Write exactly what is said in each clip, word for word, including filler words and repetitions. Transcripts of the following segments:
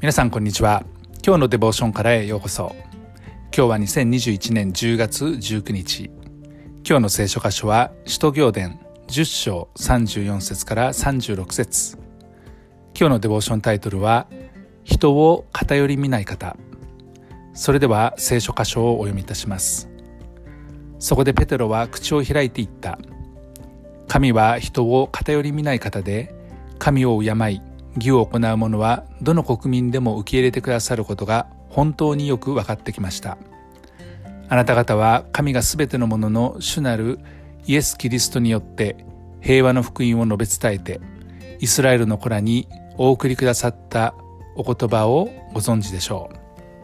皆さんこんにちは。今日のデボーションからへようこそ。今日はにせんにじゅういちねんじゅうがつじゅうくにち。今日の聖書箇所は使徒行伝じゅっしょうさんじゅうよんせつからさんじゅうろくせつ。今日のデボーションタイトルは人を偏り見ない方。それでは聖書箇所をお読みいたします。そこでペテロは口を開いて言った。神は人を偏り見ない方で、神を敬い義を行う者はどの国民でも受け入れてくださることが本当によく分かってきました。あなた方は神がすべてのものの主なるイエス・キリストによって平和の福音を述べ伝えて、イスラエルの子らにお送りくださったお言葉をご存知でしょう。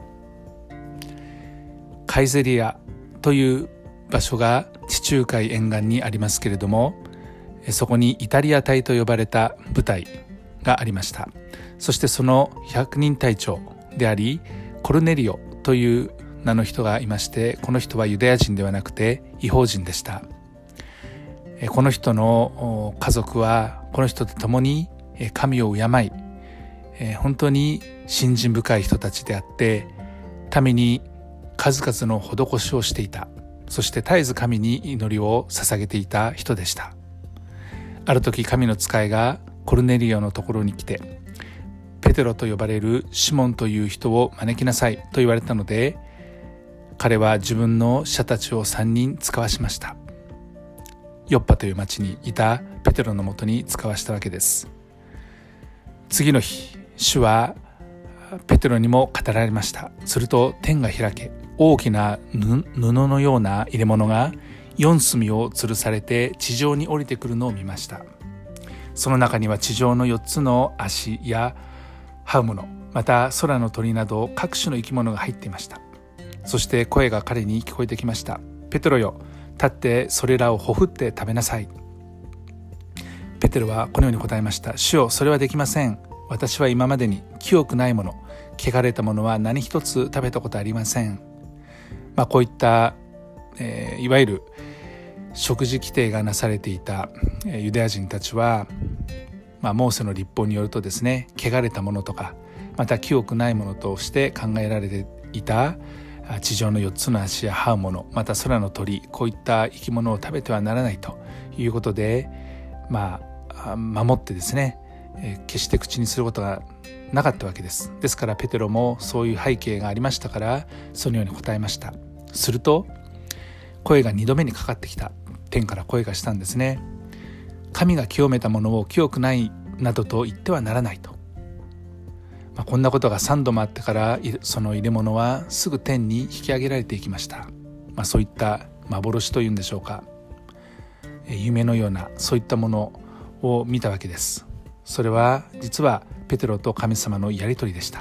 カイゼリアという場所が地中海沿岸にありますけれども、そこにイタリア隊と呼ばれた部隊がありました。そしてそのひゃくにん隊長でありコルネリオという名の人がいまして、この人はユダヤ人ではなくて異邦人でした。この人の家族はこの人と共に神を敬い、本当に信心深い人たちであって、民に数々の施しをしていた。そして絶えず神に祈りを捧げていた人でした。ある時神の使いがコルネリオのところに来て、ペテロと呼ばれるシモンという人を招きなさいと言われたので、彼は自分の使者たちをさんにん使わしました。ヨッパという町にいたペテロのもとに使わしたわけです。次の日、主はペテロにも語られました。すると天が開け、大きな布のような入れ物が四隅を吊るされて地上に降りてくるのを見ました。その中には地上のよっつの足や這うもの、また空の鳥など各種の生き物が入っていました。そして声が彼に聞こえてきました。ペテロよ、立ってそれらをほふって食べなさい。ペテロはこのように答えました。主よ、それはできません。私は今までに清くないもの、汚れたものは何一つ食べたことありません。まあ、こういった、えー、いわゆる食事規定がなされていたユダヤ人たちは、まあ、モーセの律法によるとですね、汚れたものとかまた清くないものとして考えられていた地上のよっつの足や這うもの、また空の鳥、こういった生き物を食べてはならないということで、まあ、守ってですね、決して口にすることがなかったわけです。ですからペテロもそういう背景がありましたから、そのように答えました。すると声がにどめにかかってきた。天から声がしたんですね。神が清めたものを清くないなどと言ってはならないと。まあ、こんなことがさんどもあってから、その入れ物はすぐ天に引き上げられていきました。まあ、そういった幻というんでしょうか、夢のようなそういったものを見たわけです。それは実はペテロと神様のやり取りでした。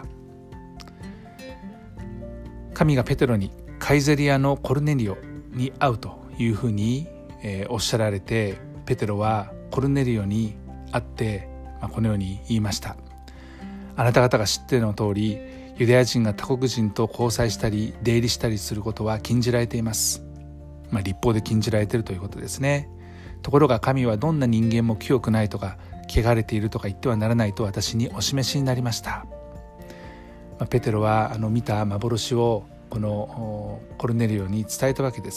神がペテロにカイゼリアのコルネリオに会うというふうに、えー、おっしゃられて、ペテロはコルネリオに会って、まあ、このように言いました。あなた方が知っているの通り、ユダヤ人が他国人と交際したり出入りしたりすることは禁じられています。まあ、律法で禁じられているということですね。ところが神はどんな人間も清くないとか汚れているとか言ってはならないと私にお示しになりました。まあ、ペテロはあの見た幻をこのコルネリオに伝えたわけです。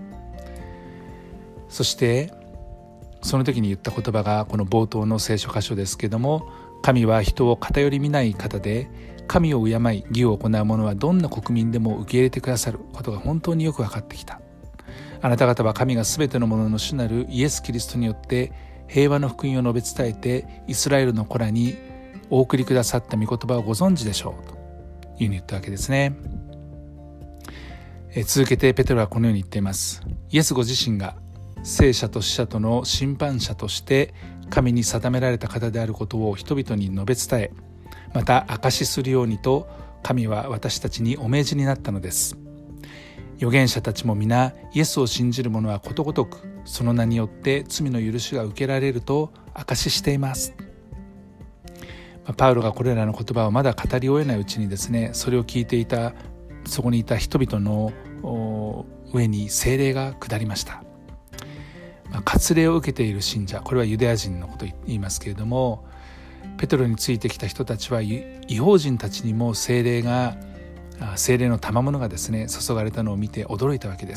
そしてその時に言った言葉がこの冒頭の聖書箇所ですけども、神は人を偏り見ない方で、神を敬い義を行う者はどんな国民でも受け入れてくださることが本当によく分かってきた。あなた方は神がすべてのものの主なるイエス・キリストによって平和の福音を述べ伝えて、イスラエルの子らにお送りくださった御言葉をご存知でしょうというふうに言ったわけですね。え続けてペテロはこのように言っています。イエスご自身が聖者と死者との審判者として神に定められた方であることを人々に述べ伝え、また証しするようにと神は私たちにお命じになったのです。預言者たちも皆イエスを信じる者はことごとくその名によって罪の許しが受けられると証ししています。パウロがこれらの言葉をまだ語り終えないうちにですね、それを聞いていたそこにいた人々の上に聖霊が下りました。割礼を受けている信者、これはユダヤ人のことを言いますけれども、 ペテロについてきた人たちは異邦人たちにも聖霊が聖霊の賜物がですね注がれたのを見て驚いたわけです。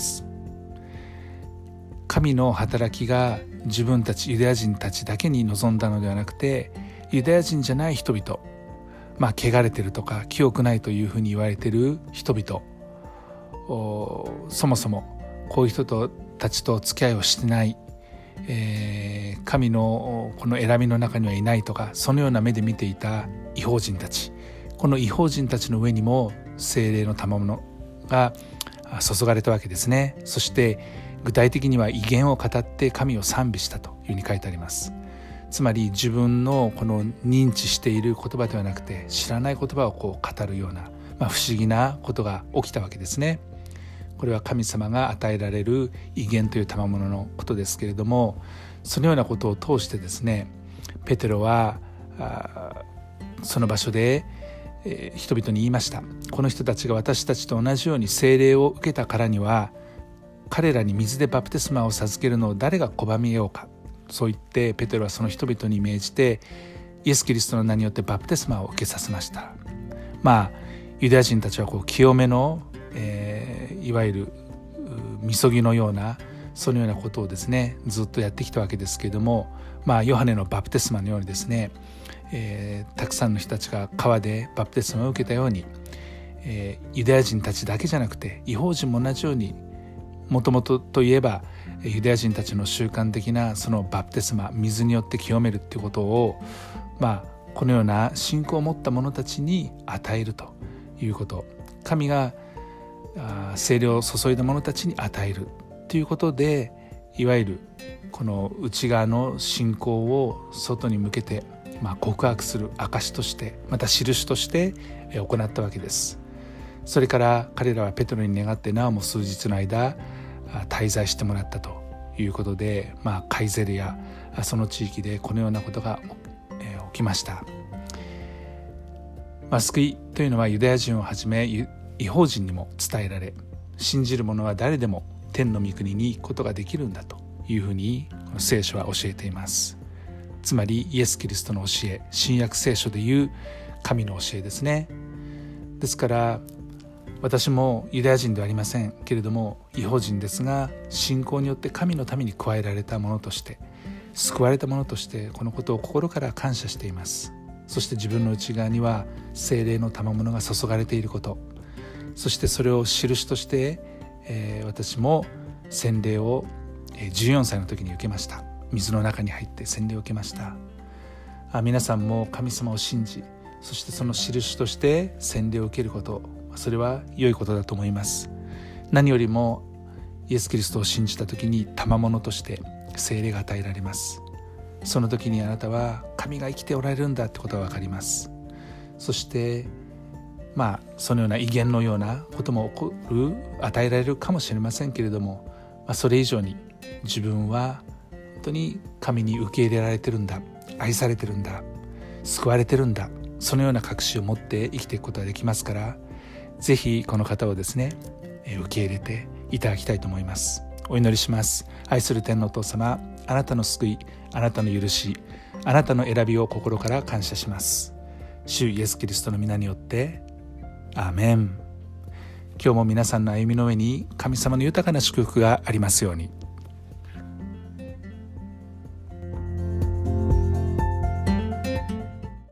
神の働きが自分たちユダヤ人たちだけに臨んだのではなくて、ユダヤ人じゃない人々、まあ汚れてるとか清くないというふうに言われている人々、そもそもこういう人たちと付き合いをしてない、えー、神のこの選びの中にはいないとか、そのような目で見ていた異邦人たち、この異邦人たちの上にも聖霊の賜物が注がれたわけですね。そして具体的には威厳を語って神を賛美したというふうに書いてあります。つまり自分のこの認知している言葉ではなくて、知らない言葉をこう語るような、まあ、不思議なことが起きたわけですね。これは神様が与えられる威厳という賜物のことですけれども、そのようなことを通してですね、ペテロはその場所でえー、人々に言いました。この人たちが私たちと同じように聖霊を受けたからには、彼らに水でバプテスマを授けるのを誰が拒みようか。そう言ってペテロはその人々に命じて、イエス・キリストの名によってバプテスマを受けさせました。まあユダヤ人たちはこう清めの、えー、いわゆるみそぎのような、そのようなことをですねずっとやってきたわけですけれども、まあヨハネのバプテスマのようにですね、えー、たくさんの人たちが川でバプテスマを受けたように、えー、ユダヤ人たちだけじゃなくて異邦人も同じように、もともとといえばユダヤ人たちの習慣的なそのバプテスマ、水によって清めるっていうことを、まあこのような信仰を持った者たちに与えるということ、神が聖霊を注いだ者たちに与えるということで、いわゆるこの内側の信仰を外に向けて、まあ、告白する証として、また印として行ったわけです。それから彼らはペテロに願ってなおも数日の間滞在してもらったということで、まあ、カイザリアその地域でこのようなことが起きました。まあ、救いというのはユダヤ人をはじめ異邦人にも伝えられ、信じる者は誰でも天の御国に行くことができるんだというふうに聖書は教えています。つまりイエス・キリストの教え、新約聖書でいう神の教えですね。ですから私もユダヤ人ではありませんけれども異邦人ですが、信仰によって神のために加えられたものとして、救われたものとして、このことを心から感謝しています。そして自分の内側には聖霊の賜物が注がれていること、そしてそれを印として、えー、私も洗礼をじゅうよんさいの時に受けました。水の中に入って洗礼を受けました。あ皆さんも神様を信じ、そしてその印として洗礼を受けること、それは良いことだと思います。何よりもイエス・キリストを信じた時に賜物として聖霊が与えられます。その時にあなたは神が生きておられるんだってことが分かります。そしてまあそのような威厳のようなことも起こる、与えられるかもしれませんけれども、まあ、それ以上に自分は本当に神に受け入れられてるんだ、愛されてるんだ、救われてるんだ、そのような確信を持って生きていくことができますから、ぜひこの方をですね受け入れていただきたいと思います。お祈りします。愛する天のお父様、あなたの救い、あなたの許し、あなたの選びを心から感謝します。主イエスキリストの皆によってアーメン。今日も皆さんの歩みの上に神様の豊かな祝福がありますように。